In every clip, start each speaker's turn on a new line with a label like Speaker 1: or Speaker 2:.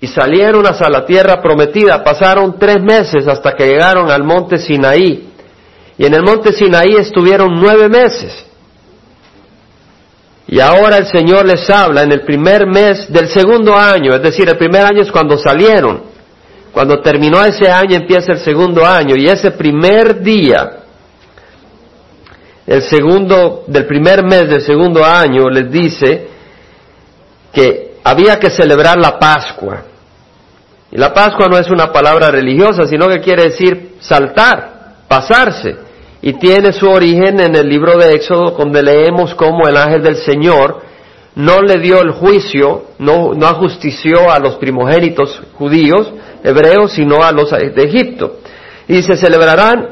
Speaker 1: y salieron hacia la tierra prometida. Pasaron 3 meses hasta que llegaron al monte Sinaí. Y en el monte Sinaí estuvieron 9 meses. Y ahora el Señor les habla en el primer mes del segundo año, es decir, el primer año es cuando salieron. Cuando terminó ese año empieza el segundo año, y ese primer día, del primer mes del segundo año, les dice que había que celebrar la Pascua. Y la Pascua no es una palabra religiosa, sino que quiere decir saltar, pasarse. Y tiene su origen en el libro de Éxodo, donde leemos cómo el ángel del Señor no le dio el juicio, no ajustició a los primogénitos judíos, hebreos, sino a los de Egipto. Y se celebrarán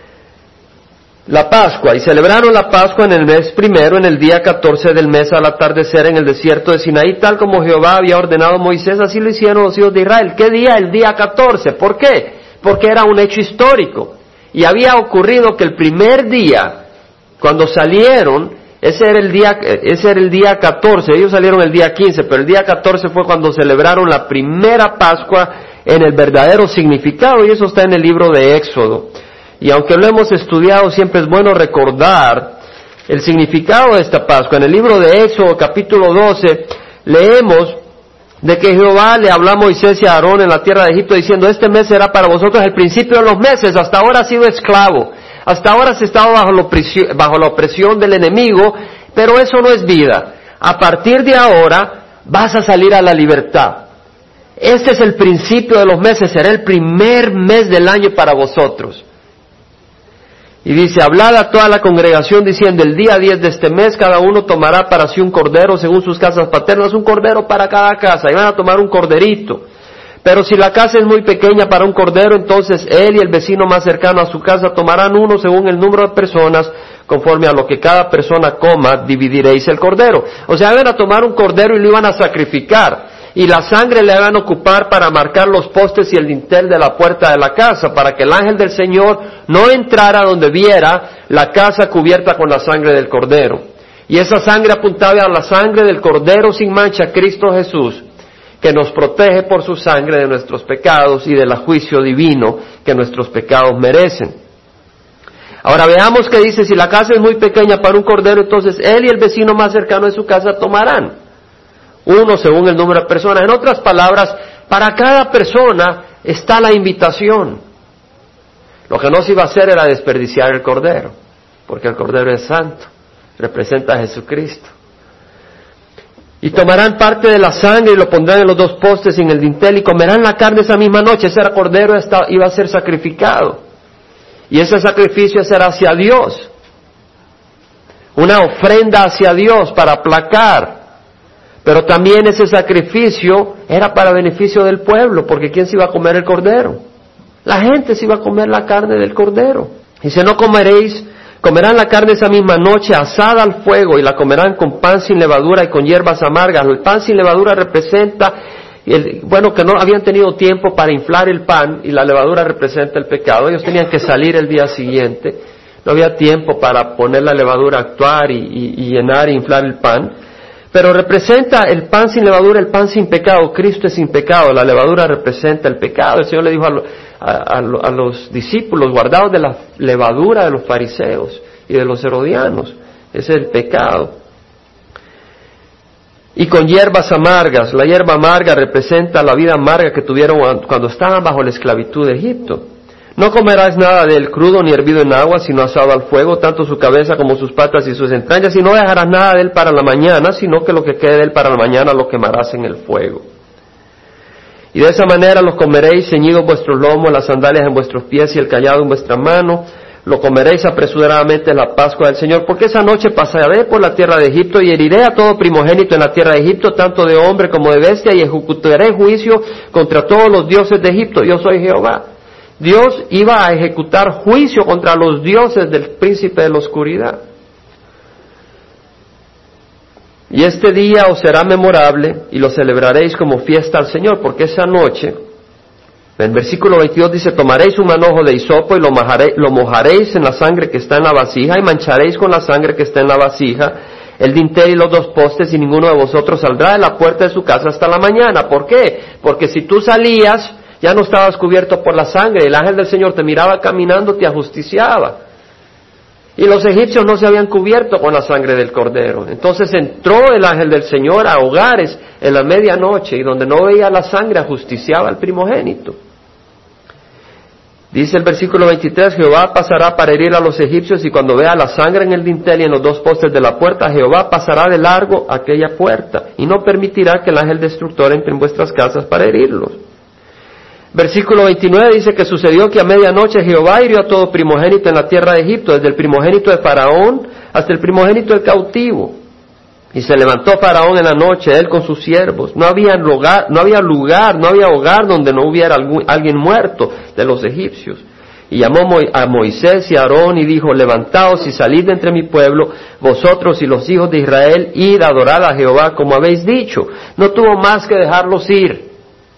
Speaker 1: la Pascua, y celebraron la Pascua en el mes primero, en el día 14 del mes al atardecer en el desierto de Sinaí, tal como Jehová había ordenado a Moisés, así lo hicieron los hijos de Israel. ¿Qué día? El día 14. ¿Por qué? Porque era un hecho histórico. Y había ocurrido que el primer día, cuando salieron, ese era el día 14, ellos salieron el día 15, pero el día 14 fue cuando celebraron la primera Pascua en el verdadero significado, y eso está en el libro de Éxodo. Y aunque lo hemos estudiado, siempre es bueno recordar el significado de esta Pascua. En el libro de Éxodo, capítulo 12, leemos de que Jehová le habló a Moisés y a Aarón en la tierra de Egipto diciendo: este mes será para vosotros el principio de los meses. Hasta ahora has sido esclavo, hasta ahora has estado bajo la opresión del enemigo, pero eso no es vida. A partir de ahora vas a salir a la libertad. Este es el principio de los meses, será el primer mes del año para vosotros. Y dice: hablad a toda la congregación diciendo: el día 10 de este mes cada uno tomará para sí un cordero según sus casas paternas, un cordero para cada casa, y van a tomar un corderito. Pero si la casa es muy pequeña para un cordero, entonces él y el vecino más cercano a su casa tomarán uno según el número de personas, conforme a lo que cada persona coma, dividiréis el cordero. O sea, iban a tomar un cordero y lo iban a sacrificar. Y la sangre le iban a ocupar para marcar los postes y el dintel de la puerta de la casa, para que el ángel del Señor no entrara donde viera la casa cubierta con la sangre del cordero. Y esa sangre apuntaba a la sangre del cordero sin mancha, Cristo Jesús, que nos protege por su sangre de nuestros pecados y del juicio divino que nuestros pecados merecen. Ahora veamos qué dice: si la casa es muy pequeña para un cordero, entonces él y el vecino más cercano de su casa tomarán uno según el número de personas. En otras palabras, para cada persona está la invitación. Lo que no se iba a hacer era desperdiciar el cordero, porque el cordero es santo, representa a Jesucristo. Y tomarán parte de la sangre y lo pondrán en los 2 postes y en el dintel, y comerán la carne esa misma noche. Ese cordero iba a ser sacrificado, y ese sacrificio será hacia Dios, una ofrenda hacia Dios para aplacar. Pero también ese sacrificio era para beneficio del pueblo, porque ¿quién se iba a comer el cordero? La gente se iba a comer la carne del cordero. Dice: no comerán la carne esa misma noche asada al fuego, y la comerán con pan sin levadura y con hierbas amargas. El pan sin levadura representa, que no habían tenido tiempo para inflar el pan, y la levadura representa el pecado. Ellos tenían que salir el día siguiente, no había tiempo para poner la levadura a actuar y llenar e inflar el pan. Pero representa el pan sin levadura, el pan sin pecado. Cristo es sin pecado, la levadura representa el pecado. El Señor le dijo a los discípulos: guardaos de la levadura de los fariseos y de los herodianos. Ese es el pecado. Y con hierbas amargas. La hierba amarga representa la vida amarga que tuvieron cuando estaban bajo la esclavitud de Egipto. No comerás nada del crudo ni hervido en agua, sino asado al fuego, tanto su cabeza como sus patas y sus entrañas, y no dejarás nada de él para la mañana, sino que lo que quede de él para la mañana lo quemarás en el fuego. Y de esa manera los comeréis, ceñidos vuestros lomos, las sandalias en vuestros pies y el cayado en vuestra mano. Lo comeréis apresuradamente en la Pascua del Señor, porque esa noche pasaré por la tierra de Egipto y heriré a todo primogénito en la tierra de Egipto, tanto de hombre como de bestia, y ejecutaré juicio contra todos los dioses de Egipto. Yo soy Jehová. Dios iba a ejecutar juicio contra los dioses del príncipe de la oscuridad. Y este día os será memorable y lo celebraréis como fiesta al Señor, porque esa noche, en el versículo 22 dice: tomaréis un manojo de hisopo y lo mojaréis en la sangre que está en la vasija, y mancharéis con la sangre que está en la vasija el dintel y los 2 postes, y ninguno de vosotros saldrá de la puerta de su casa hasta la mañana. ¿Por qué? Porque si tú salías, ya no estabas cubierto por la sangre, el ángel del Señor te miraba caminando, te ajusticiaba. Y los egipcios no se habían cubierto con la sangre del cordero. Entonces entró el ángel del Señor a hogares en la medianoche, y donde no veía la sangre, ajusticiaba al primogénito. Dice el versículo 23, Jehová pasará para herir a los egipcios, y cuando vea la sangre en el dintel y en los 2 postes de la puerta, Jehová pasará de largo aquella puerta, y no permitirá que el ángel destructor entre en vuestras casas para herirlos. Versículo 29 dice que sucedió que a medianoche Jehová hirió a todo primogénito en la tierra de Egipto, desde el primogénito de Faraón hasta el primogénito del cautivo. Y se levantó Faraón en la noche, él con sus siervos. No había hogar donde no hubiera alguien muerto de los egipcios. Y llamó a Moisés y a Aarón y dijo, levantaos y salid de entre mi pueblo, vosotros y los hijos de Israel, id a adorar a Jehová como habéis dicho. No tuvo más que dejarlos ir.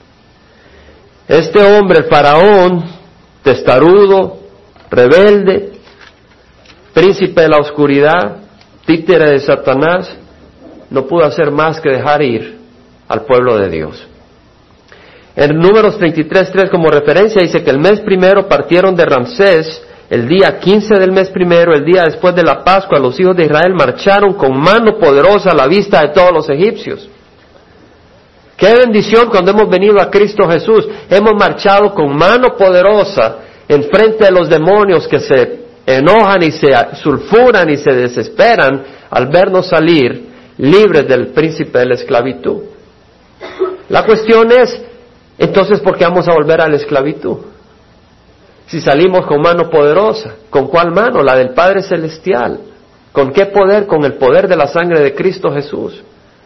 Speaker 1: Este hombre, el Faraón, testarudo, rebelde, príncipe de la oscuridad, títere de Satanás, no pudo hacer más que dejar ir al pueblo de Dios. En Números 33:3 como referencia dice que el mes primero partieron de Ramsés, el día 15 del mes primero, el día después de la Pascua, los hijos de Israel marcharon con mano poderosa a la vista de todos los egipcios. ¡Qué bendición cuando hemos venido a Cristo Jesús! Hemos marchado con mano poderosa en frente de los demonios que se enojan y se sulfuran y se desesperan al vernos salir libres del príncipe de la esclavitud. La cuestión es, entonces, ¿por qué vamos a volver a la esclavitud? Si salimos con mano poderosa, ¿con cuál mano? La del Padre Celestial. ¿Con qué poder? Con el poder de la sangre de Cristo Jesús,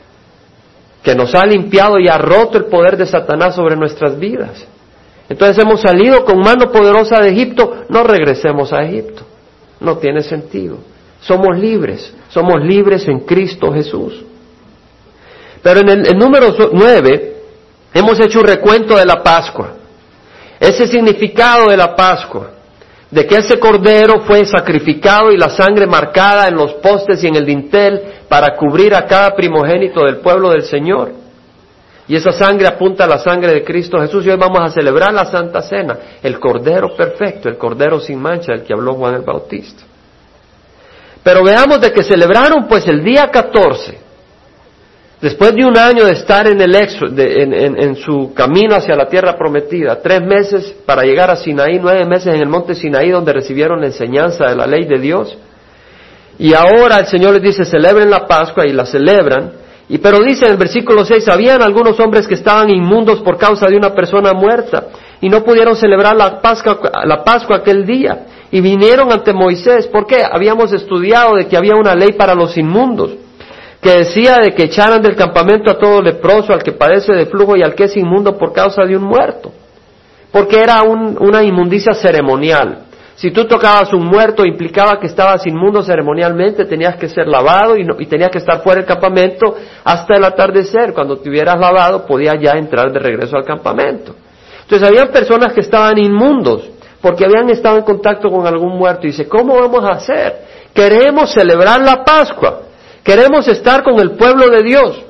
Speaker 1: que nos ha limpiado y ha roto el poder de Satanás sobre nuestras vidas. Entonces hemos salido con mano poderosa de Egipto, no regresemos a Egipto. No tiene sentido. Somos libres en Cristo Jesús. Pero en el número 9 hemos hecho un recuento de la Pascua. Ese significado de la Pascua, de que ese cordero fue sacrificado y la sangre marcada en los postes y en el dintel para cubrir a cada primogénito del pueblo del Señor. Y esa sangre apunta a la sangre de Cristo Jesús, y hoy vamos a celebrar la Santa Cena, el cordero perfecto, el cordero sin mancha del que habló Juan el Bautista. Pero veamos de que celebraron pues el día 14, después de un año de estar en el éxodo, en su camino hacia la tierra prometida, 3 meses para llegar a Sinaí, 9 meses en el monte Sinaí donde recibieron la enseñanza de la ley de Dios. Y ahora el Señor les dice, celebren la Pascua, y la celebran. Pero dice en el versículo 6, habían algunos hombres que estaban inmundos por causa de una persona muerta, y no pudieron celebrar la Pascua aquel día. Y vinieron ante Moisés. ¿Por qué? Habíamos estudiado de que había una ley para los inmundos, que decía de que echaran del campamento a todo leproso, al que padece de flujo y al que es inmundo por causa de un muerto. Porque era una inmundicia ceremonial. Si tú tocabas un muerto, implicaba que estabas inmundo ceremonialmente, tenías que ser lavado y tenías que estar fuera del campamento hasta el atardecer. Cuando te hubieras lavado, podías ya entrar de regreso al campamento. Entonces, había personas que estaban inmundos porque habían estado en contacto con algún muerto. Y dice, ¿cómo vamos a hacer? Queremos celebrar la Pascua. Queremos estar con el pueblo de Dios.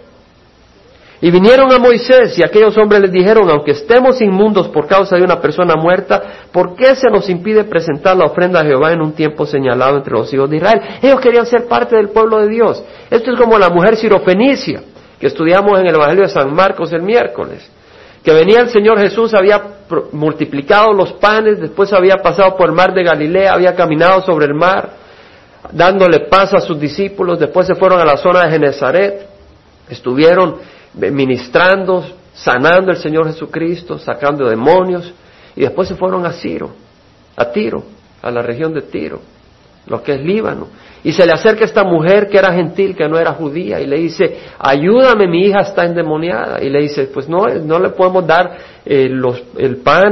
Speaker 1: Y vinieron a Moisés, y aquellos hombres les dijeron, aunque estemos inmundos por causa de una persona muerta, ¿por qué se nos impide presentar la ofrenda a Jehová en un tiempo señalado entre los hijos de Israel? Ellos querían ser parte del pueblo de Dios. Esto es como la mujer sirofenicia, que estudiamos en el Evangelio de San Marcos el miércoles, que venía el Señor Jesús, había multiplicado los panes, después había pasado por el mar de Galilea, había caminado sobre el mar, dándole paz a sus discípulos, después se fueron a la zona de Genezaret, estuvieron ministrando, sanando el Señor Jesucristo, sacando demonios, y después se fueron a Tiro, a la región de Tiro, lo que es Líbano, y se le acerca esta mujer que era gentil, que no era judía, y le dice, ayúdame, mi hija está endemoniada, y le dice, pues no le podemos dar el pan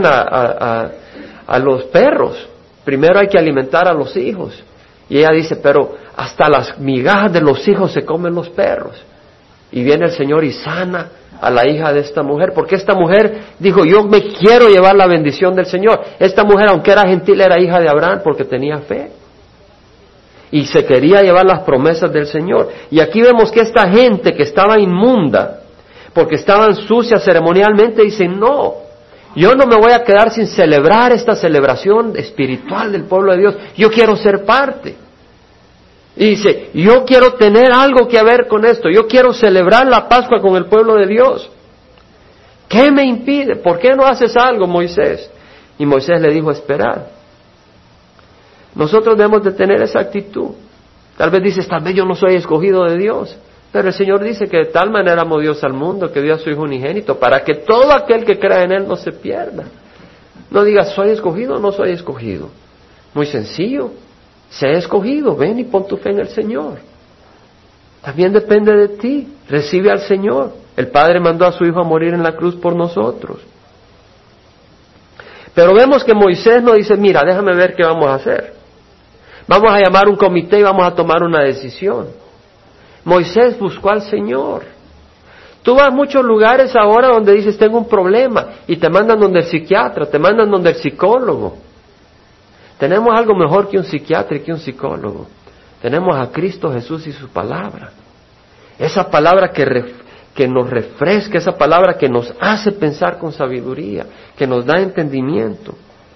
Speaker 1: a los perros, primero hay que alimentar a los hijos, y ella dice, pero hasta las migajas de los hijos se comen los perros. Y viene el Señor y sana a la hija de esta mujer, porque esta mujer dijo, yo me quiero llevar la bendición del Señor. Esta mujer, aunque era gentil, era hija de Abraham porque tenía fe. y se quería llevar las promesas del Señor. Y aquí vemos que esta gente que estaba inmunda, porque estaban sucias ceremonialmente, dice, no, yo no me voy a quedar sin celebrar esta celebración espiritual del pueblo de Dios, yo quiero ser parte. Y dice, yo quiero tener algo que ver con esto, yo quiero celebrar la Pascua con el pueblo de Dios. ¿Qué me impide? ¿Por qué no haces algo, Moisés? Y Moisés le dijo, esperar. Nosotros debemos de tener esa actitud. Tal vez dices, tal vez yo no soy escogido de Dios, pero el Señor dice que de tal manera amó Dios al mundo que dio a su Hijo unigénito para que todo aquel que crea en Él no se pierda. No digas, ¿soy escogido o no soy escogido? Muy sencillo. Sé escogido, ven y pon tu fe en el Señor. También depende de ti, recibe al Señor. El Padre mandó a su Hijo a morir en la cruz por nosotros. Pero vemos que Moisés no dice, mira, déjame ver qué vamos a hacer. Vamos a llamar un comité y vamos a tomar una decisión. Moisés buscó al Señor. Tú vas a muchos lugares ahora donde dices, tengo un problema, y te mandan donde el psiquiatra, te mandan donde el psicólogo. Tenemos algo mejor que un psiquiatra y que un psicólogo. Tenemos a Cristo Jesús y su palabra. Esa palabra que nos refresca, esa palabra que nos hace pensar con sabiduría, que nos da entendimiento.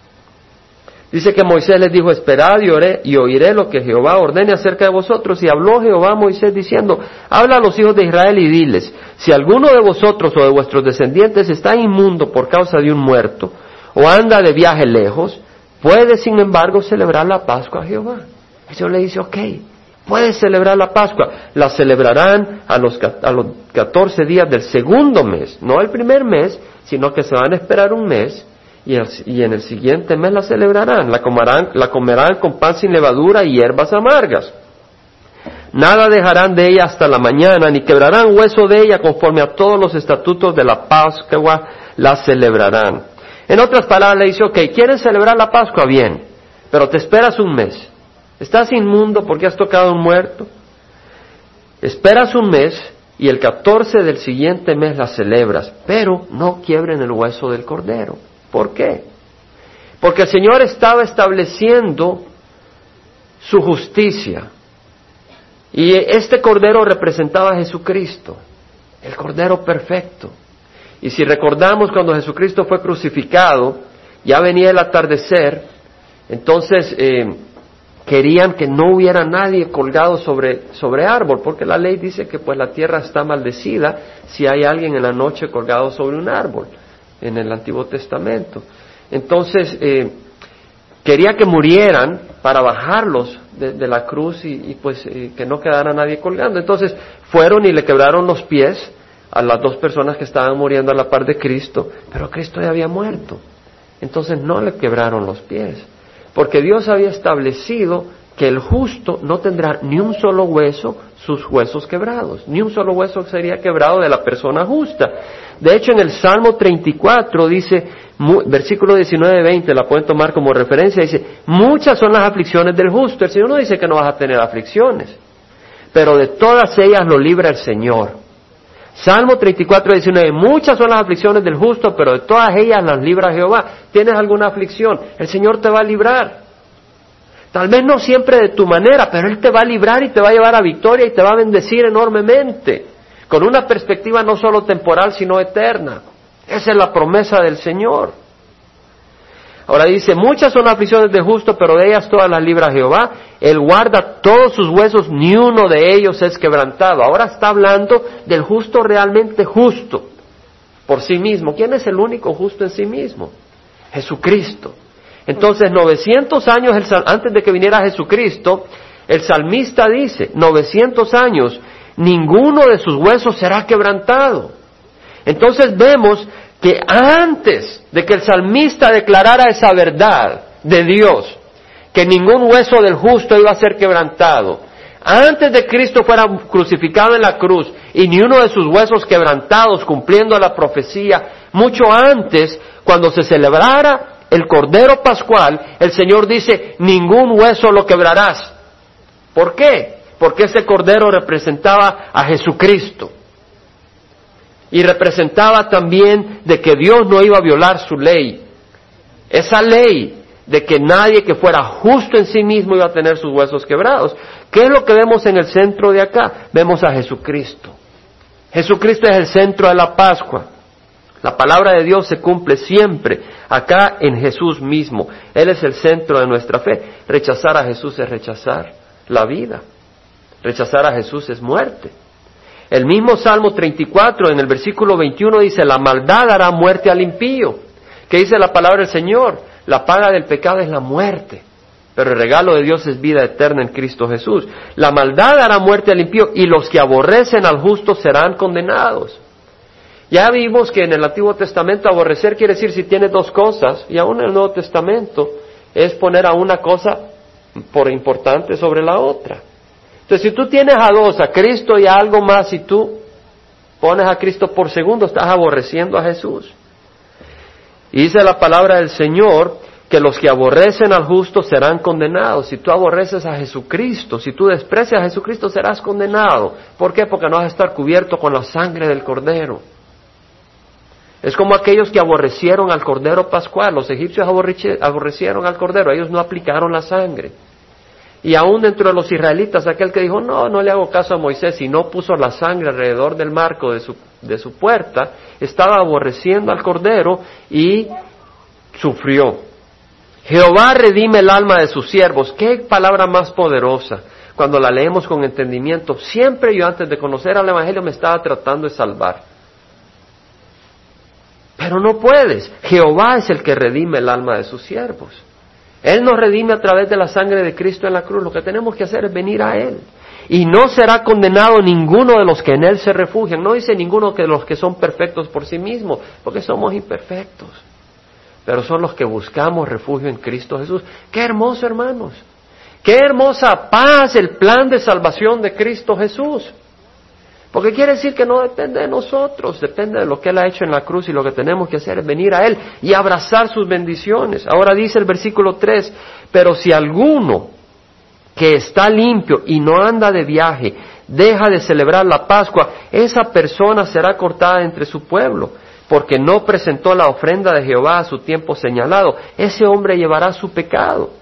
Speaker 1: Dice que Moisés les dijo, esperad y oiré lo que Jehová ordene acerca de vosotros. Y habló Jehová a Moisés diciendo, habla a los hijos de Israel y diles, si alguno de vosotros o de vuestros descendientes está inmundo por causa de un muerto, o anda de viaje lejos, puede, sin embargo, celebrar la Pascua a Jehová. El Señor le dice, ok, puedes celebrar la Pascua. La celebrarán a los 14 días del segundo mes, no el primer mes, sino que se van a esperar un mes, y en el siguiente mes la celebrarán. La comerán con pan sin levadura y hierbas amargas. Nada dejarán de ella hasta la mañana, ni quebrarán hueso de ella, conforme a todos los estatutos de la Pascua la celebrarán. En otras palabras le dice, ok, ¿quieres celebrar la Pascua? Bien, pero te esperas un mes. ¿Estás inmundo porque has tocado un muerto? Esperas un mes y el 14 del siguiente mes la celebras, pero no quiebren el hueso del cordero. ¿Por qué? Porque el Señor estaba estableciendo su justicia. Y este cordero representaba a Jesucristo, el cordero perfecto. Y si recordamos cuando Jesucristo fue crucificado, ya venía el atardecer, entonces querían que no hubiera nadie colgado sobre árbol, porque la ley dice que pues la tierra está maldecida si hay alguien en la noche colgado sobre un árbol, en el Antiguo Testamento. Entonces quería que murieran para bajarlos de la cruz y que no quedara nadie colgando. Entonces fueron y le quebraron los pies a las dos personas que estaban muriendo a la par de Cristo, pero Cristo ya había muerto. Entonces no le quebraron los pies, porque Dios había establecido que el justo no tendrá ni un solo hueso, sus huesos quebrados, ni un solo hueso sería quebrado de la persona justa. De hecho, en el Salmo 34 dice, versículo 19-20, la pueden tomar como referencia, dice, muchas son las aflicciones del justo. El Señor no dice que no vas a tener aflicciones, pero de todas ellas lo libra el Señor. Salmo 34:19, muchas son las aflicciones del justo, pero de todas ellas las libra Jehová. ¿Tienes alguna aflicción? El Señor te va a librar. Tal vez no siempre de tu manera, pero Él te va a librar y te va a llevar a victoria y te va a bendecir enormemente, con una perspectiva no solo temporal, sino eterna. Esa es la promesa del Señor. Ahora dice, muchas son las aflicciones del justo, pero de ellas todas las libra Jehová. Él guarda todos sus huesos, ni uno de ellos es quebrantado. Ahora está hablando del justo realmente justo, por sí mismo. ¿Quién es el único justo en sí mismo? Jesucristo. Entonces, 900 años antes de que viniera Jesucristo, el salmista dice, 900 años, ninguno de sus huesos será quebrantado. Entonces vemos que antes de que el salmista declarara esa verdad de Dios, que ningún hueso del justo iba a ser quebrantado, antes de Cristo fuera crucificado en la cruz y ni uno de sus huesos quebrantados, cumpliendo la profecía, mucho antes, cuando se celebrara el Cordero Pascual, el Señor dice, ningún hueso lo quebrarás. ¿Por qué? Porque ese Cordero representaba a Jesucristo. Y representaba también de que Dios no iba a violar su ley. Esa ley de que nadie que fuera justo en sí mismo iba a tener sus huesos quebrados. ¿Qué es lo que vemos en el centro de acá? Vemos a Jesucristo. Jesucristo es el centro de la Pascua. La palabra de Dios se cumple siempre acá en Jesús mismo. Él es el centro de nuestra fe. Rechazar a Jesús es rechazar la vida. Rechazar a Jesús es muerte. El mismo Salmo 34 en el versículo 21 dice, la maldad hará muerte al impío. ¿Qué dice la palabra del Señor? La paga del pecado es la muerte, pero el regalo de Dios es vida eterna en Cristo Jesús. La maldad hará muerte al impío y los que aborrecen al justo serán condenados. Ya vimos que en el Antiguo Testamento aborrecer quiere decir si tiene dos cosas, y aún en el Nuevo Testamento es poner a una cosa por importante sobre la otra. Entonces si tú tienes a dos, a Cristo y a algo más, y tú pones a Cristo por segundo, estás aborreciendo a Jesús. Y dice la palabra del Señor que los que aborrecen al justo serán condenados. Si tú aborreces a Jesucristo, si tú desprecias a Jesucristo, serás condenado. ¿Por qué? Porque no vas a estar cubierto con la sangre del Cordero. Es como aquellos que aborrecieron al Cordero Pascual. Los egipcios aborrecieron al Cordero, ellos no aplicaron la sangre. Y aún dentro de los israelitas, aquel que dijo, no le hago caso a Moisés y no puso la sangre alrededor del marco de su puerta, estaba aborreciendo al Cordero y sufrió. Jehová redime el alma de sus siervos. Qué palabra más poderosa. Cuando la leemos con entendimiento, siempre yo antes de conocer al Evangelio me estaba tratando de salvar. Pero no puedes. Jehová es el que redime el alma de sus siervos. Él nos redime a través de la sangre de Cristo en la cruz. Lo que tenemos que hacer es venir a Él. Y no será condenado ninguno de los que en Él se refugian. No dice ninguno de los que son perfectos por sí mismos, porque somos imperfectos. Pero son los que buscamos refugio en Cristo Jesús. ¡Qué hermoso, hermanos! ¡Qué hermosa paz el plan de salvación de Cristo Jesús! Porque quiere decir que no depende de nosotros, depende de lo que Él ha hecho en la cruz, y lo que tenemos que hacer es venir a Él y abrazar sus bendiciones. Ahora dice el versículo 3, pero si alguno que está limpio y no anda de viaje, deja de celebrar la Pascua, esa persona será cortada entre su pueblo, porque no presentó la ofrenda de Jehová a su tiempo señalado. Ese hombre llevará su pecado.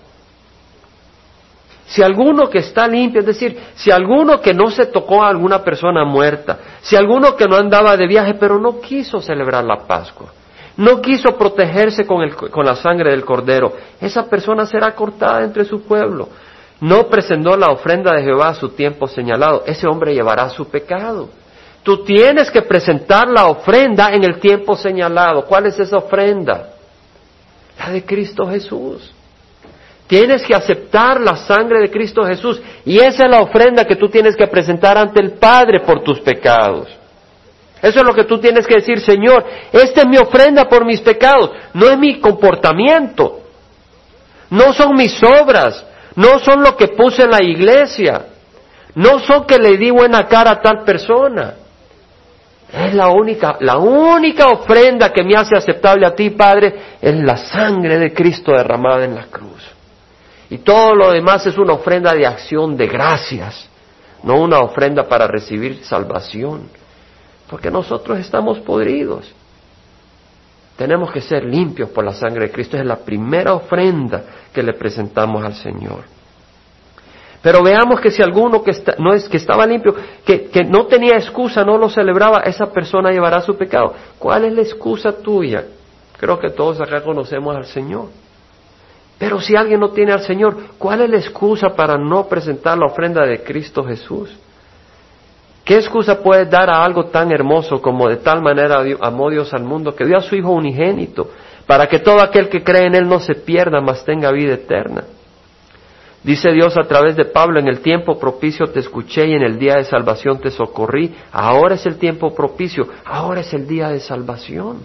Speaker 1: Si alguno que está limpio, es decir, si alguno que no se tocó a alguna persona muerta, si alguno que no andaba de viaje, pero no quiso celebrar la Pascua, no quiso protegerse con la sangre del Cordero, esa persona será cortada entre su pueblo. No presentó la ofrenda de Jehová a su tiempo señalado, ese hombre llevará su pecado. Tú tienes que presentar la ofrenda en el tiempo señalado. ¿Cuál es esa ofrenda? La de Cristo Jesús. Tienes que aceptar la sangre de Cristo Jesús, y esa es la ofrenda que tú tienes que presentar ante el Padre por tus pecados. Eso es lo que tú tienes que decir: Señor, esta es mi ofrenda por mis pecados. No es mi comportamiento, no son mis obras, no son lo que puse en la iglesia, no son que le di buena cara a tal persona. Es la única ofrenda que me hace aceptable a ti, Padre, es la sangre de Cristo derramada en la cruz. Y todo lo demás es una ofrenda de acción de gracias, no una ofrenda para recibir salvación. Porque nosotros estamos podridos. Tenemos que ser limpios por la sangre de Cristo. Es la primera ofrenda que le presentamos al Señor. Pero veamos que si alguno que estaba limpio, que no tenía excusa, no lo celebraba, esa persona llevará su pecado. ¿Cuál es la excusa tuya? Creo que todos acá conocemos al Señor. Pero si alguien no tiene al Señor, ¿cuál es la excusa para no presentar la ofrenda de Cristo Jesús? ¿Qué excusa puedes dar a algo tan hermoso como de tal manera amó Dios al mundo que dio a su Hijo unigénito, para que todo aquel que cree en Él no se pierda, mas tenga vida eterna? Dice Dios a través de Pablo: en el tiempo propicio te escuché y en el día de salvación te socorrí. Ahora es el tiempo propicio, ahora es el día de salvación.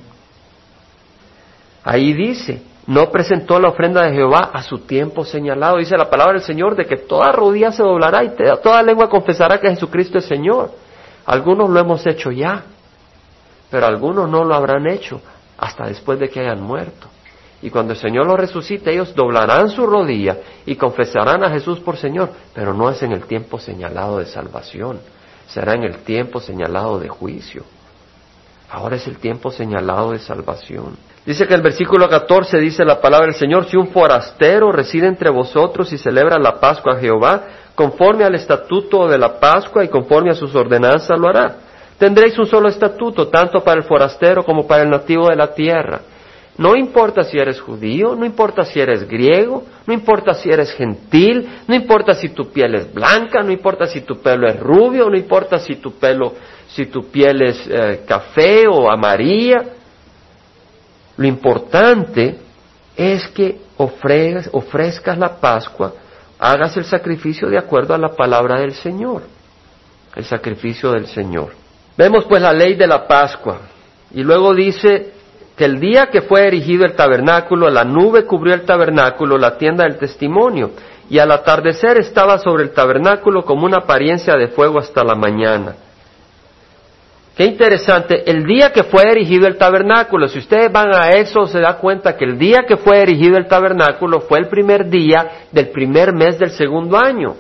Speaker 1: Ahí dice: no presentó la ofrenda de Jehová a su tiempo señalado. Dice la palabra del Señor de que toda rodilla se doblará y toda lengua confesará que Jesucristo es Señor. Algunos lo hemos hecho ya, pero algunos no lo habrán hecho hasta después de que hayan muerto. Y cuando el Señor los resucite, ellos doblarán su rodilla y confesarán a Jesús por Señor, pero no es en el tiempo señalado de salvación, será en el tiempo señalado de juicio. Ahora es el tiempo señalado de salvación. Dice que el versículo 14 dice la palabra del Señor: si un forastero reside entre vosotros y celebra la Pascua a Jehová, conforme al estatuto de la Pascua y conforme a sus ordenanzas lo hará. Tendréis un solo estatuto, tanto para el forastero como para el nativo de la tierra. No importa si eres judío, no importa si eres griego, no importa si eres gentil, no importa si tu piel es blanca, no importa si tu pelo es rubio, no importa si tu piel es café o amarilla. Lo importante es que ofrezcas la Pascua, hagas el sacrificio de acuerdo a la palabra del Señor, el sacrificio del Señor. Vemos pues la ley de la Pascua, y luego dice que el día que fue erigido el tabernáculo, la nube cubrió el tabernáculo, la tienda del testimonio, y al atardecer estaba sobre el tabernáculo como una apariencia de fuego hasta la mañana. Qué interesante, el día que fue erigido el tabernáculo, si ustedes van a Éxodo se da cuenta que el día que fue erigido el tabernáculo fue el primer día del primer mes del segundo año.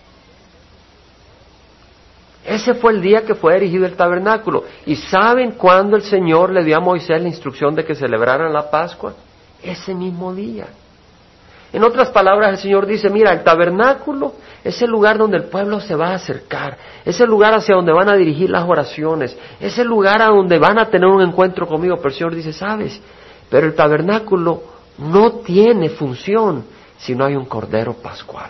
Speaker 1: Ese fue el día que fue erigido el tabernáculo. ¿Y saben cuándo el Señor le dio a Moisés la instrucción de que celebraran la Pascua? Ese mismo día. En otras palabras, el Señor dice, mira, el tabernáculo es el lugar donde el pueblo se va a acercar, es el lugar hacia donde van a dirigir las oraciones, es el lugar a donde van a tener un encuentro conmigo. Pero el Señor dice, ¿sabes? Pero el tabernáculo no tiene función si no hay un cordero pascual.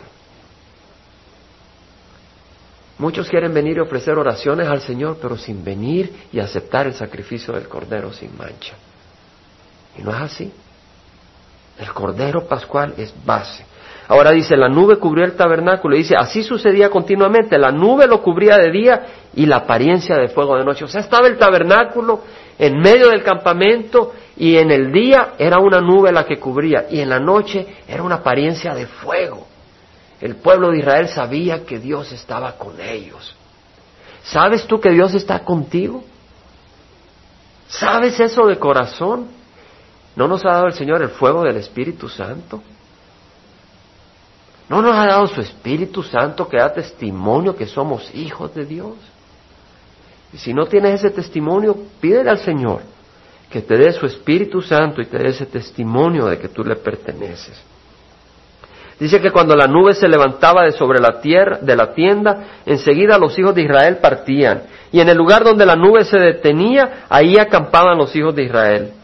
Speaker 1: Muchos quieren venir y ofrecer oraciones al Señor, pero sin venir y aceptar el sacrificio del cordero sin mancha. Y no es así. El cordero pascual es base. Ahora dice, la nube cubrió el tabernáculo. Dice, así sucedía continuamente. La nube lo cubría de día y la apariencia de fuego de noche. O sea, estaba el tabernáculo en medio del campamento y en el día era una nube la que cubría y en la noche era una apariencia de fuego. El pueblo de Israel sabía que Dios estaba con ellos. ¿Sabes tú que Dios está contigo? ¿Sabes eso de corazón? ¿No nos ha dado el Señor el fuego del Espíritu Santo? ¿No nos ha dado su Espíritu Santo que da testimonio que somos hijos de Dios? Y si no tienes ese testimonio, pídele al Señor que te dé su Espíritu Santo y te dé ese testimonio de que tú le perteneces. Dice que cuando la nube se levantaba de sobre la tierra, de la tienda, enseguida los hijos de Israel partían. Y en el lugar donde la nube se detenía, ahí acampaban los hijos de Israel.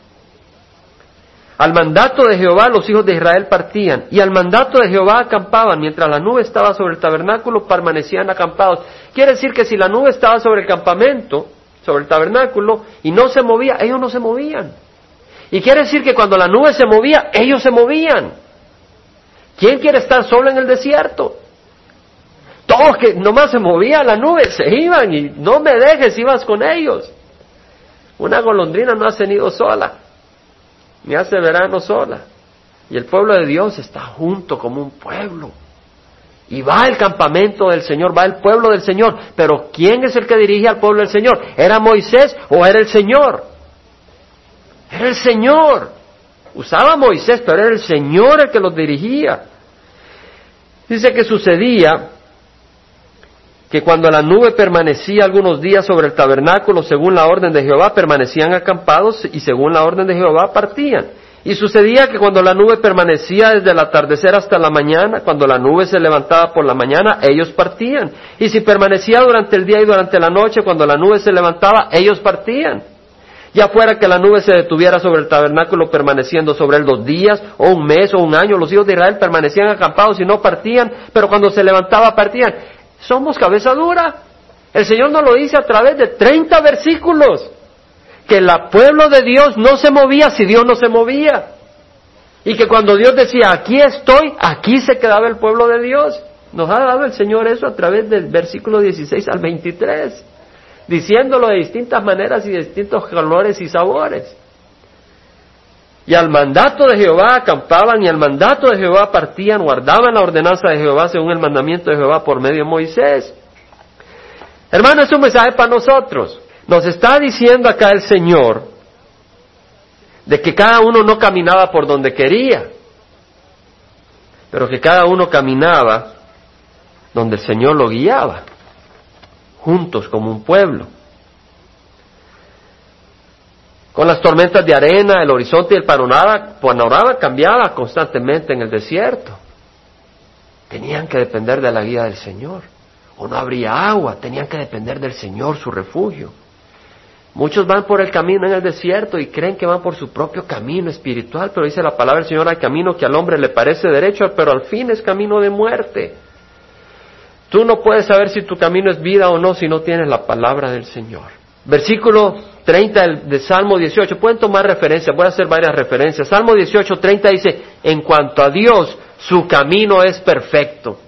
Speaker 1: Al mandato de Jehová los hijos de Israel partían, y al mandato de Jehová acampaban. Mientras la nube estaba sobre el tabernáculo, permanecían acampados. Quiere decir que si la nube estaba sobre el campamento, sobre el tabernáculo, y no se movía, ellos no se movían. Y quiere decir que cuando la nube se movía, ellos se movían. ¿Quién quiere estar solo en el desierto? Todos que nomás se movía la nube, se iban, y no me dejes, ibas con ellos. Una golondrina no hace nido sola, ni hace verano sola. Y el pueblo de Dios está junto como un pueblo. Y va el campamento del Señor, va el pueblo del Señor. Pero ¿quién es el que dirige al pueblo del Señor? ¿Era Moisés o era el Señor? Era el Señor. Usaba a Moisés, pero era el Señor el que los dirigía. Dice que sucedía que cuando la nube permanecía algunos días sobre el tabernáculo, según la orden de Jehová, permanecían acampados y según la orden de Jehová partían. Y sucedía que cuando la nube permanecía desde el atardecer hasta la mañana, cuando la nube se levantaba por la mañana, ellos partían. Y si permanecía durante el día y durante la noche, cuando la nube se levantaba, ellos partían. Ya fuera que la nube se detuviera sobre el tabernáculo permaneciendo sobre él 2 días, o 1 mes, o 1 año, los hijos de Israel permanecían acampados y no partían, pero cuando se levantaba partían. Somos cabeza dura. El Señor nos lo dice a través de 30 versículos, que el pueblo de Dios no se movía si Dios no se movía. Y que cuando Dios decía, aquí estoy, aquí se quedaba el pueblo de Dios. Nos ha dado el Señor eso a través del versículo 16 al 23. Diciéndolo de distintas maneras y de distintos colores y sabores. Y al mandato de Jehová acampaban, y al mandato de Jehová partían, guardaban la ordenanza de Jehová según el mandamiento de Jehová por medio de Moisés. Hermano, es un mensaje para nosotros. Nos está diciendo acá el Señor de que cada uno no caminaba por donde quería, pero que cada uno caminaba donde el Señor lo guiaba. Juntos como un pueblo. Con las tormentas de arena, el horizonte y el panorama cambiaba constantemente en el desierto. Tenían que depender de la guía del Señor. O no habría agua, tenían que depender del Señor, su refugio. Muchos van por el camino en el desierto y creen que van por su propio camino espiritual, pero dice la palabra del Señor, hay camino que al hombre le parece derecho, pero al fin es camino de muerte. Tú no puedes saber si tu camino es vida o no si no tienes la palabra del Señor. Versículo 30 de Salmo 18, pueden tomar referencia, voy a hacer varias referencias. Salmo 18, 30 dice, en cuanto a Dios, su camino es perfecto.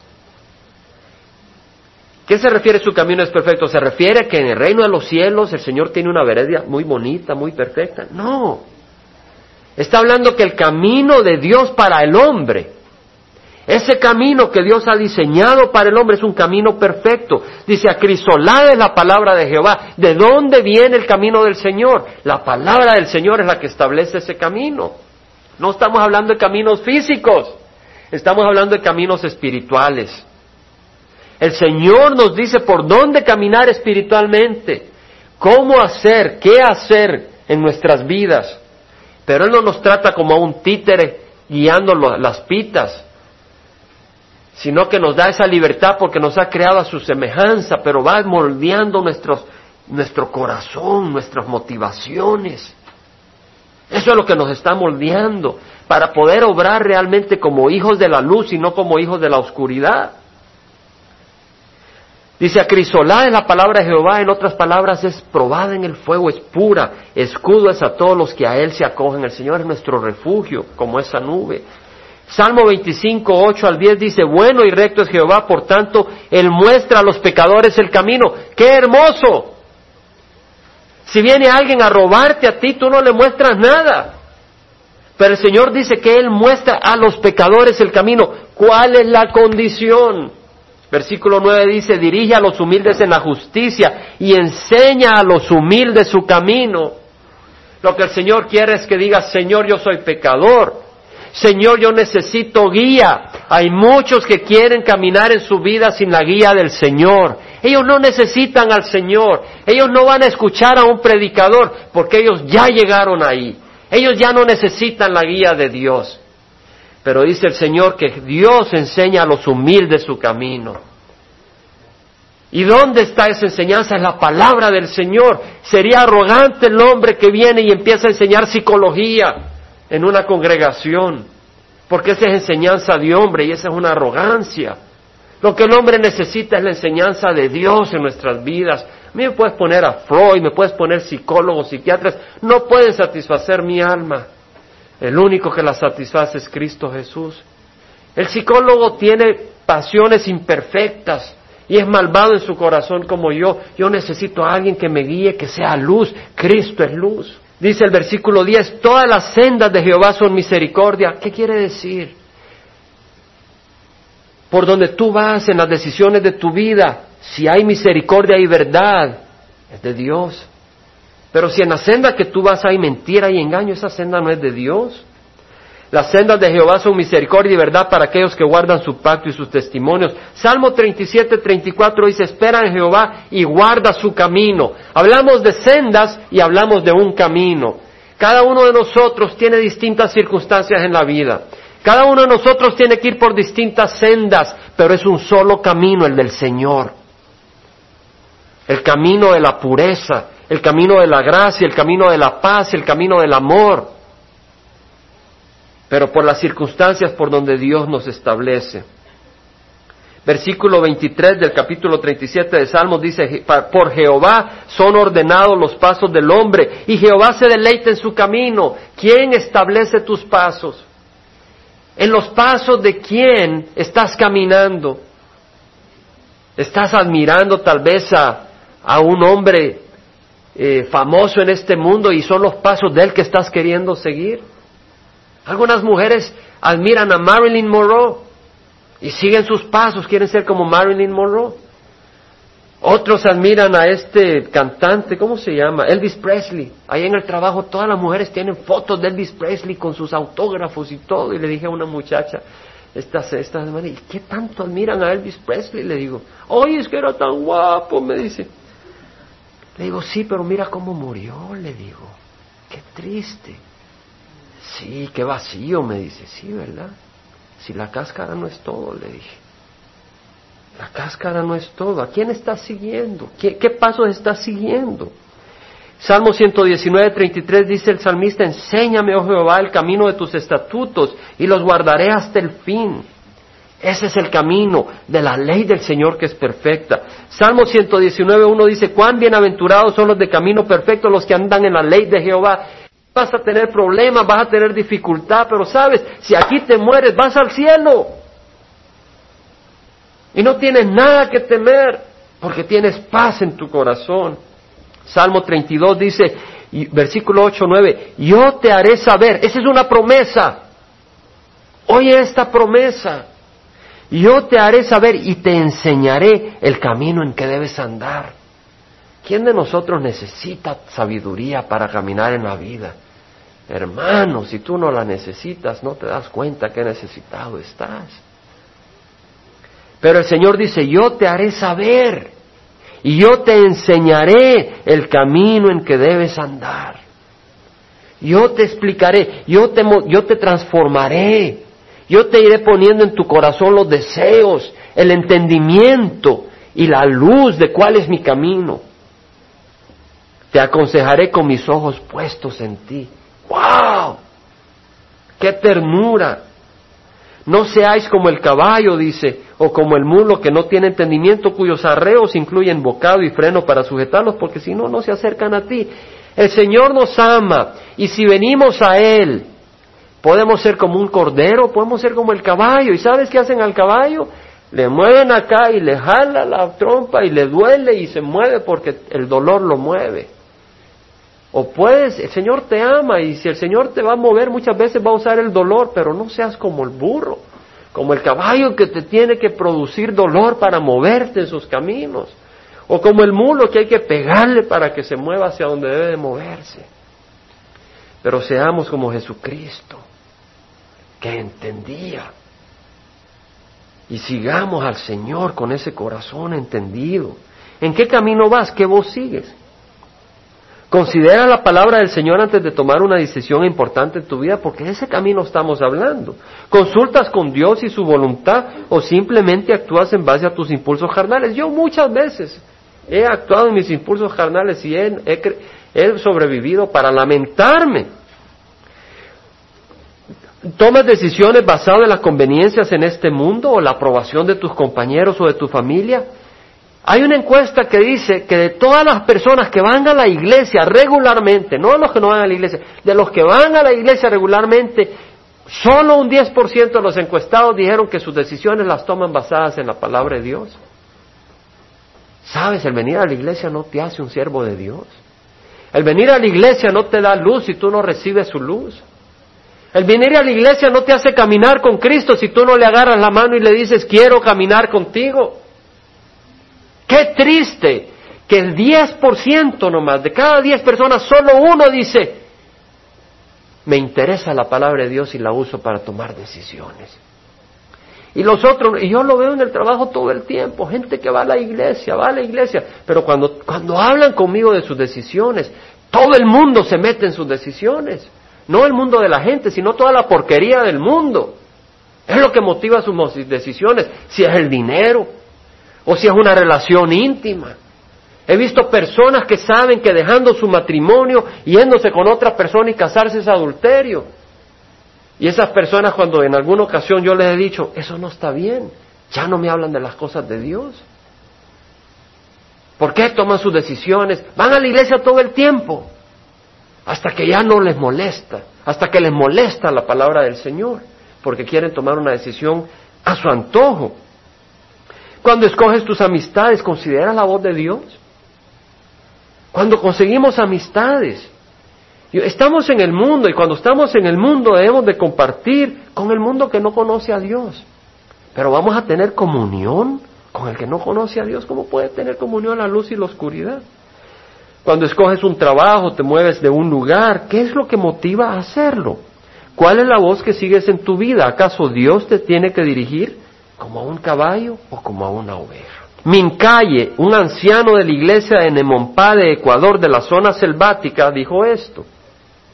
Speaker 1: ¿Qué se refiere su camino es perfecto? ¿Se refiere que en el reino de los cielos el Señor tiene una vereda muy bonita, muy perfecta? No. Está hablando que el camino de Dios para el hombre, ese camino que Dios ha diseñado para el hombre es un camino perfecto. Dice, acrisolada es la palabra de Jehová. ¿De dónde viene el camino del Señor? La palabra del Señor es la que establece ese camino. No estamos hablando de caminos físicos, estamos hablando de caminos espirituales. El Señor nos dice por dónde caminar espiritualmente, cómo hacer, qué hacer en nuestras vidas. Pero Él no nos trata como a un títere guiando las pitas, sino que nos da esa libertad porque nos ha creado a su semejanza, pero va moldeando nuestro corazón, nuestras motivaciones. Eso es lo que nos está moldeando, para poder obrar realmente como hijos de la luz y no como hijos de la oscuridad. Dice, acrisolada es la palabra de Jehová, en otras palabras es probada en el fuego, es pura, escudo es a todos los que a Él se acogen. El Señor es nuestro refugio, como esa nube. Salmo 25, 8 al 10 dice, bueno y recto es Jehová, por tanto, Él muestra a los pecadores el camino. ¡Qué hermoso! Si viene alguien a robarte a ti, tú no le muestras nada. Pero el Señor dice que Él muestra a los pecadores el camino. ¿Cuál es la condición? Versículo 9 dice, dirige a los humildes en la justicia y enseña a los humildes su camino. Lo que el Señor quiere es que digas, Señor, yo soy pecador. Señor, yo necesito guía. Hay muchos que quieren caminar en su vida sin la guía del Señor. Ellos no necesitan al Señor. Ellos no van a escuchar a un predicador porque ellos ya llegaron ahí. Ellos ya no necesitan la guía de Dios. Pero dice el Señor que Dios enseña a los humildes su camino. ¿Y dónde está esa enseñanza? Es la palabra del Señor. Sería arrogante el hombre que viene y empieza a enseñar psicología en una congregación, porque esa es enseñanza de hombre y esa es una arrogancia. Lo que el hombre necesita es la enseñanza de Dios en nuestras vidas. A mí me puedes poner a Freud, me puedes poner psicólogos, psiquiatras, no pueden satisfacer mi alma. El único que la satisface es Cristo Jesús. El psicólogo tiene pasiones imperfectas y es malvado en su corazón como yo. Yo necesito a alguien que me guíe, que sea luz. Cristo es luz. Dice el versículo 10, todas las sendas de Jehová son misericordia. ¿Qué quiere decir? Por donde tú vas en las decisiones de tu vida, si hay misericordia y verdad, es de Dios. Pero si en la senda que tú vas hay mentira y engaño, esa senda no es de Dios. Las sendas de Jehová son misericordia y verdad para aquellos que guardan su pacto y sus testimonios. Salmo 37, 34 dice, espera en Jehová y guarda su camino. Hablamos de sendas y hablamos de un camino. Cada uno de nosotros tiene distintas circunstancias en la vida. Cada uno de nosotros tiene que ir por distintas sendas, pero es un solo camino, el del Señor. El camino de la pureza, el camino de la gracia, el camino de la paz, el camino del amor. Pero por las circunstancias por donde Dios nos establece. Versículo 23 del capítulo 37 de Salmos dice, por Jehová son ordenados los pasos del hombre, y Jehová se deleita en su camino. ¿Quién establece tus pasos? ¿En los pasos de quién estás caminando? ¿Estás admirando tal vez a un hombre famoso en este mundo y son los pasos de él que estás queriendo seguir? Algunas mujeres admiran a Marilyn Monroe y siguen sus pasos, quieren ser como Marilyn Monroe. Otros admiran a este cantante, ¿cómo se llama? Elvis Presley. Ahí en el trabajo todas las mujeres tienen fotos de Elvis Presley con sus autógrafos y todo. Y le dije a una muchacha esta semana, ¿y qué tanto admiran a Elvis Presley? Le digo, oye, es que era tan guapo, me dice. Le digo, sí, pero mira cómo murió, le digo. qué triste. Sí, qué vacío, me dice. Sí, ¿verdad? Si la cáscara no es todo, le dije. La cáscara no es todo. ¿A quién estás siguiendo? ¿Qué pasos estás siguiendo? Salmo 119:33 dice el salmista: enséñame, oh Jehová, el camino de tus estatutos, y los guardaré hasta el fin. Ese es el camino de la ley del Señor, que es perfecta. Salmo 119:1 dice: cuán bienaventurados son los de camino perfecto, los que andan en la ley de Jehová. Vas a tener problemas, vas a tener dificultad, pero sabes, si aquí te mueres, vas al cielo. Y no tienes nada que temer, porque tienes paz en tu corazón. Salmo 32 dice, versículo 8-9, yo te haré saber. Esa es una promesa. Oye esta promesa. Yo te haré saber y te enseñaré el camino en que debes andar. ¿Quién de nosotros necesita sabiduría para caminar en la vida? Hermano, si tú no la necesitas, no te das cuenta que necesitado estás. Pero el Señor dice, yo te haré saber y yo te enseñaré el camino en que debes andar. Yo te explicaré, yo te transformaré, yo te iré poniendo en tu corazón los deseos, el entendimiento y la luz de cuál es mi camino. Te aconsejaré con mis ojos puestos en ti. ¡Wow! ¡Qué ternura! No seáis como el caballo, dice, o como el mulo que no tiene entendimiento, cuyos arreos incluyen bocado y freno para sujetarlos, porque si no, no se acercan a ti. El Señor nos ama, y si venimos a Él, podemos ser como un cordero, podemos ser como el caballo. ¿Y sabes qué hacen al caballo? Le mueven acá y le jala la trompa y le duele y se mueve porque el dolor lo mueve. O puedes, el Señor te ama, y si el Señor te va a mover, muchas veces va a usar el dolor, pero no seas como el burro, como el caballo que te tiene que producir dolor para moverte en sus caminos, o como el mulo que hay que pegarle para que se mueva hacia donde debe de moverse. Pero seamos como Jesucristo, que entendía, y sigamos al Señor con ese corazón entendido. ¿En qué camino vas? ¿Qué voz sigues? Considera la palabra del Señor antes de tomar una decisión importante en tu vida, porque de ese camino estamos hablando. ¿Consultas con Dios y su voluntad o simplemente actúas en base a tus impulsos carnales? Yo muchas veces he actuado en mis impulsos carnales y he sobrevivido para lamentarme. ¿Tomas decisiones basadas en las conveniencias en este mundo o la aprobación de tus compañeros o de tu familia? Hay una encuesta que dice que de todas las personas que van a la iglesia regularmente, no de los que no van a la iglesia, de los que van a la iglesia regularmente, solo un 10% de los encuestados dijeron que sus decisiones las toman basadas en la palabra de Dios. ¿Sabes? El venir a la iglesia no te hace un siervo de Dios. El venir a la iglesia no te da luz si tú no recibes su luz. El venir a la iglesia no te hace caminar con Cristo si tú no le agarras la mano y le dices, quiero caminar contigo. ¡Qué triste! Que el 10% nomás, de cada 10 personas, solo uno dice, me interesa la palabra de Dios y la uso para tomar decisiones. Y los otros, y yo lo veo en el trabajo todo el tiempo, gente que va a la iglesia, pero cuando hablan conmigo de sus decisiones, todo el mundo se mete en sus decisiones. No el mundo de la gente, sino toda la porquería del mundo. Es lo que motiva sus decisiones, si es el dinero, o si es una relación íntima. He visto personas que saben que dejando su matrimonio, yéndose con otra persona y casarse es adulterio. Y esas personas, cuando en alguna ocasión yo les he dicho, eso no está bien, ya no me hablan de las cosas de Dios. ¿Por qué toman sus decisiones? Van a la iglesia todo el tiempo, hasta que ya no les molesta, hasta que les molesta la palabra del Señor, porque quieren tomar una decisión a su antojo. Cuando escoges tus amistades, ¿consideras la voz de Dios? Cuando conseguimos amistades, estamos en el mundo, y cuando estamos en el mundo debemos de compartir con el mundo que no conoce a Dios. Pero vamos a tener comunión con el que no conoce a Dios. ¿Cómo puede tener comunión la luz y la oscuridad? Cuando escoges un trabajo, te mueves de un lugar, ¿qué es lo que motiva a hacerlo? ¿Cuál es la voz que sigues en tu vida? ¿Acaso Dios te tiene que dirigir como a un caballo o como a una oveja? Mincaye, un anciano de la iglesia de Nemompá de Ecuador, de la zona selvática, dijo esto: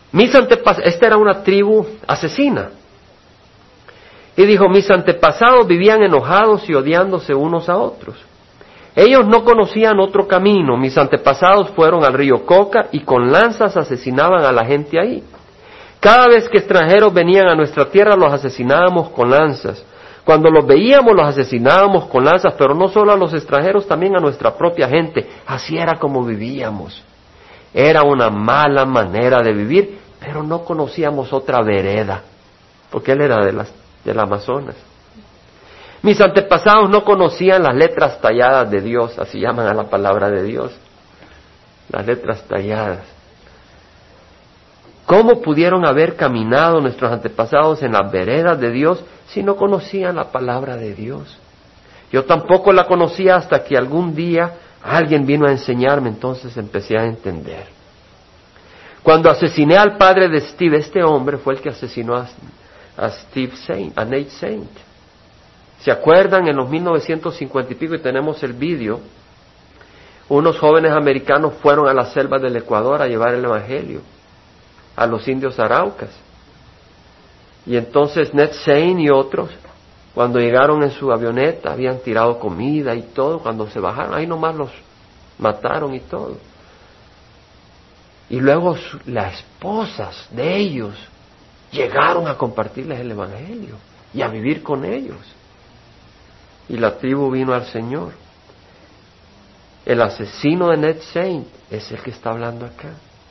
Speaker 1: Esta era una tribu asesina. Y dijo, mis antepasados vivían enojados y odiándose unos a otros. Ellos no conocían otro camino. Mis antepasados fueron al río Coca y con lanzas asesinaban a la gente ahí. Cada vez que extranjeros venían a nuestra tierra los asesinábamos con lanzas. Cuando los veíamos los asesinábamos con lanzas, pero no solo a los extranjeros, también a nuestra propia gente. Así era como vivíamos. Era una mala manera de vivir, pero no conocíamos otra vereda, porque él era del Amazonas. Mis antepasados no conocían las letras talladas de Dios, así llaman a la palabra de Dios, las letras talladas. ¿Cómo pudieron haber caminado nuestros antepasados en las veredas de Dios si no conocían la palabra de Dios? Yo tampoco la conocía hasta que algún día alguien vino a enseñarme, entonces empecé a entender. Cuando asesiné al padre de Steve, este hombre fue el que asesinó a Nate Saint. ¿Se acuerdan? En los 1950 y pico, y tenemos el vídeo, unos jóvenes americanos fueron a las selvas del Ecuador a llevar el evangelio a los indios araucas. Y entonces Nate Saint y otros, cuando llegaron en su avioneta, habían tirado comida y todo. Cuando se bajaron, ahí nomás los mataron y todo. Y luego las esposas de ellos llegaron a compartirles el evangelio y a vivir con ellos. Y la tribu vino al Señor. El asesino de Nate Saint es el que está hablando acá.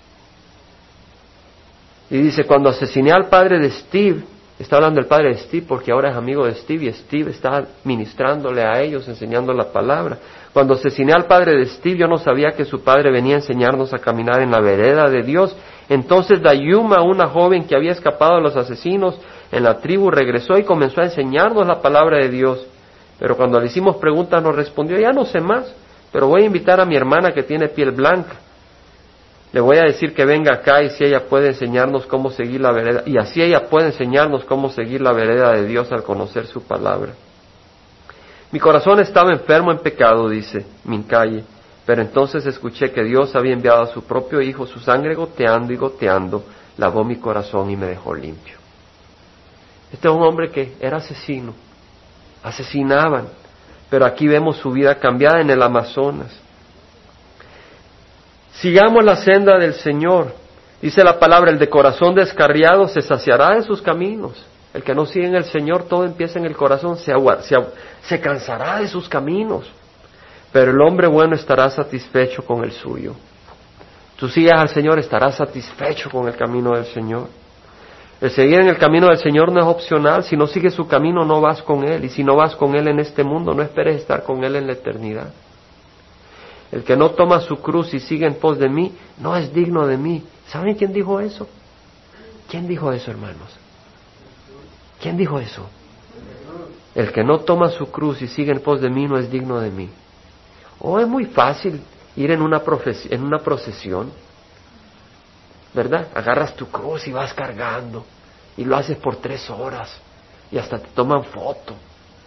Speaker 1: Y dice, cuando asesiné al padre de Steve, está hablando del padre de Steve porque ahora es amigo de Steve y Steve está ministrándole a ellos, enseñando la palabra. Cuando asesiné al padre de Steve, yo no sabía que su padre venía a enseñarnos a caminar en la vereda de Dios. Entonces Dayuma, una joven que había escapado de los asesinos en la tribu, regresó y comenzó a enseñarnos la palabra de Dios. Pero cuando le hicimos preguntas nos respondió, ya no sé más, pero voy a invitar a mi hermana que tiene piel blanca. Le voy a decir que venga acá y si ella puede enseñarnos cómo seguir la vereda, y así ella puede enseñarnos cómo seguir la vereda de Dios al conocer su palabra. Mi corazón estaba enfermo en pecado, dice Mincaye, pero entonces escuché que Dios había enviado a su propio Hijo, su sangre goteando y goteando, lavó mi corazón y me dejó limpio. Este es un hombre que era asesino, asesinaban, pero aquí vemos su vida cambiada en el Amazonas. Sigamos la senda del Señor. Dice la palabra, el de corazón descarriado se saciará de sus caminos. El que no sigue en el Señor, todo empieza en el corazón, se cansará de sus caminos. Pero el hombre bueno estará satisfecho con el suyo. Tú sigues al Señor, estarás satisfecho con el camino del Señor. El seguir en el camino del Señor no es opcional. Si no sigues su camino, no vas con Él. Y si no vas con Él en este mundo, no esperes estar con Él en la eternidad. El que no toma su cruz y sigue en pos de mí, no es digno de mí. ¿Saben quién dijo eso? ¿Quién dijo eso, hermanos? ¿Quién dijo eso? El que no toma su cruz y sigue en pos de mí, no es digno de mí. Oh, es muy fácil ir en una procesión, ¿verdad? Agarras tu cruz y vas cargando, y lo haces por 3 horas, y hasta te toman foto.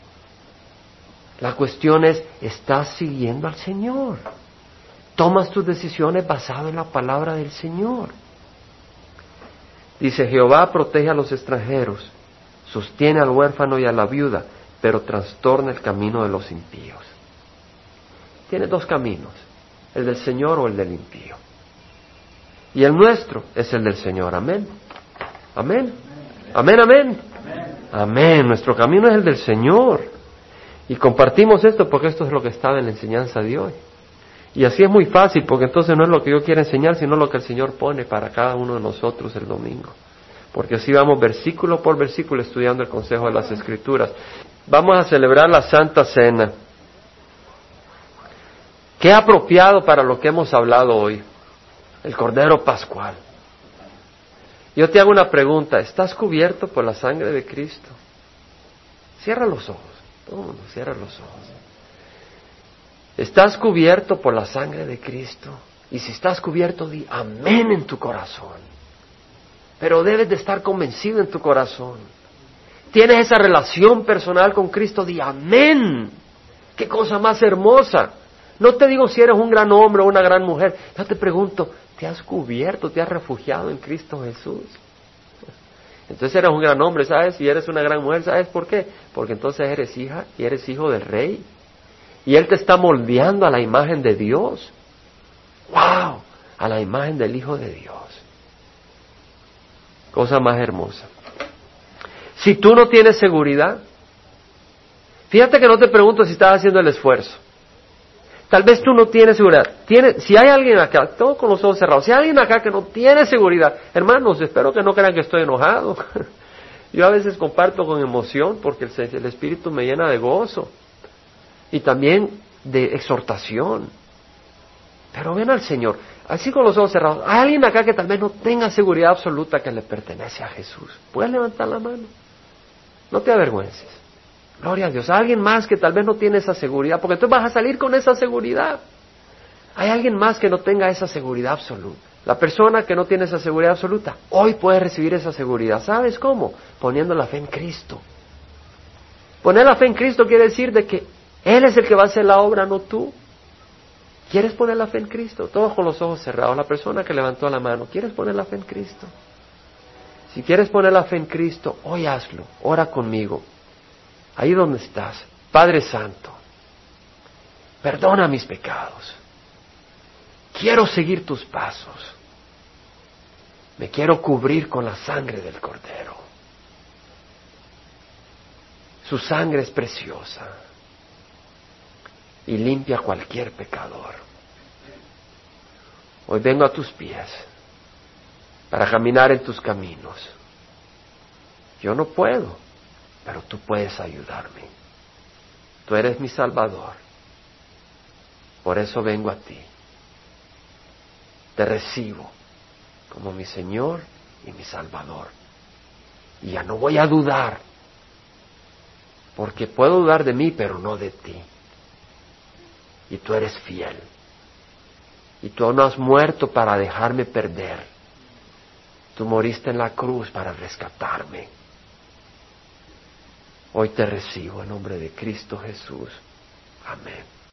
Speaker 1: La cuestión es, ¿estás siguiendo al Señor? ¿Tomas tus decisiones basado en la palabra del Señor? Dice, Jehová protege a los extranjeros, sostiene al huérfano y a la viuda, pero trastorna el camino de los impíos. Tiene 2 caminos, el del Señor o el del impío. Y el nuestro es el del Señor, amén. Amén. Amén, amén. Amén, nuestro camino es el del Señor. Y compartimos esto porque esto es lo que estaba en la enseñanza de hoy. Y así es muy fácil, porque entonces no es lo que yo quiero enseñar, sino lo que el Señor pone para cada uno de nosotros el domingo. Porque así vamos versículo por versículo estudiando el consejo de las Escrituras. Vamos a celebrar la Santa Cena. Qué apropiado para lo que hemos hablado hoy. El Cordero Pascual. Yo te hago una pregunta. ¿Estás cubierto por la sangre de Cristo? Cierra los ojos. Todo el mundo, cierra los ojos. ¿Estás cubierto por la sangre de Cristo? Y si estás cubierto, di amén en tu corazón. Pero debes de estar convencido en tu corazón. ¿Tienes esa relación personal con Cristo? Di amén. ¡Qué cosa más hermosa! No te digo si eres un gran hombre o una gran mujer. Yo te pregunto, ¿te has cubierto, te has refugiado en Cristo Jesús? Entonces eres un gran hombre, ¿sabes? Y eres una gran mujer, ¿sabes por qué? Porque entonces eres hija y eres hijo del Rey. Y Él te está moldeando a la imagen de Dios. ¡Wow! A la imagen del Hijo de Dios. Cosa más hermosa. Si tú no tienes seguridad, fíjate que no te pregunto si estás haciendo el esfuerzo. Tal vez tú no tienes seguridad. Si hay alguien acá, todo con los ojos cerrados, si hay alguien acá que no tiene seguridad, hermanos, espero que no crean que estoy enojado. Yo a veces comparto con emoción porque el Espíritu me llena de gozo y también de exhortación. Pero ven al Señor, así con los ojos cerrados. ¿Hay alguien acá que tal vez no tenga seguridad absoluta que le pertenece a Jesús? ¿Puedes levantar la mano? No te avergüences. Gloria a Dios. ¿Hay alguien más que tal vez no tiene esa seguridad? Porque tú vas a salir con esa seguridad. ¿Hay alguien más que no tenga esa seguridad absoluta? La persona que no tiene esa seguridad absoluta, hoy puede recibir esa seguridad. ¿Sabes cómo? Poniendo la fe en Cristo. Poner la fe en Cristo quiere decir de que Él es el que va a hacer la obra, no tú. ¿Quieres poner la fe en Cristo? Todos con los ojos cerrados. La persona que levantó la mano, ¿quieres poner la fe en Cristo? Si quieres poner la fe en Cristo, hoy hazlo. Ora conmigo. Ahí donde estás. Padre Santo, perdona mis pecados. Quiero seguir tus pasos. Me quiero cubrir con la sangre del Cordero. Su sangre es preciosa y limpia a cualquier pecador. Hoy vengo a tus pies para caminar en tus caminos. Yo no puedo, pero tú puedes ayudarme. Tú eres mi Salvador. Por eso vengo a ti. Te recibo como mi Señor y mi Salvador. Y ya no voy a dudar, porque puedo dudar de mí, pero no de ti. Y tú eres fiel. Y tú no has muerto para dejarme perder. Tú moriste en la cruz para rescatarme. Hoy te recibo en nombre de Cristo Jesús. Amén.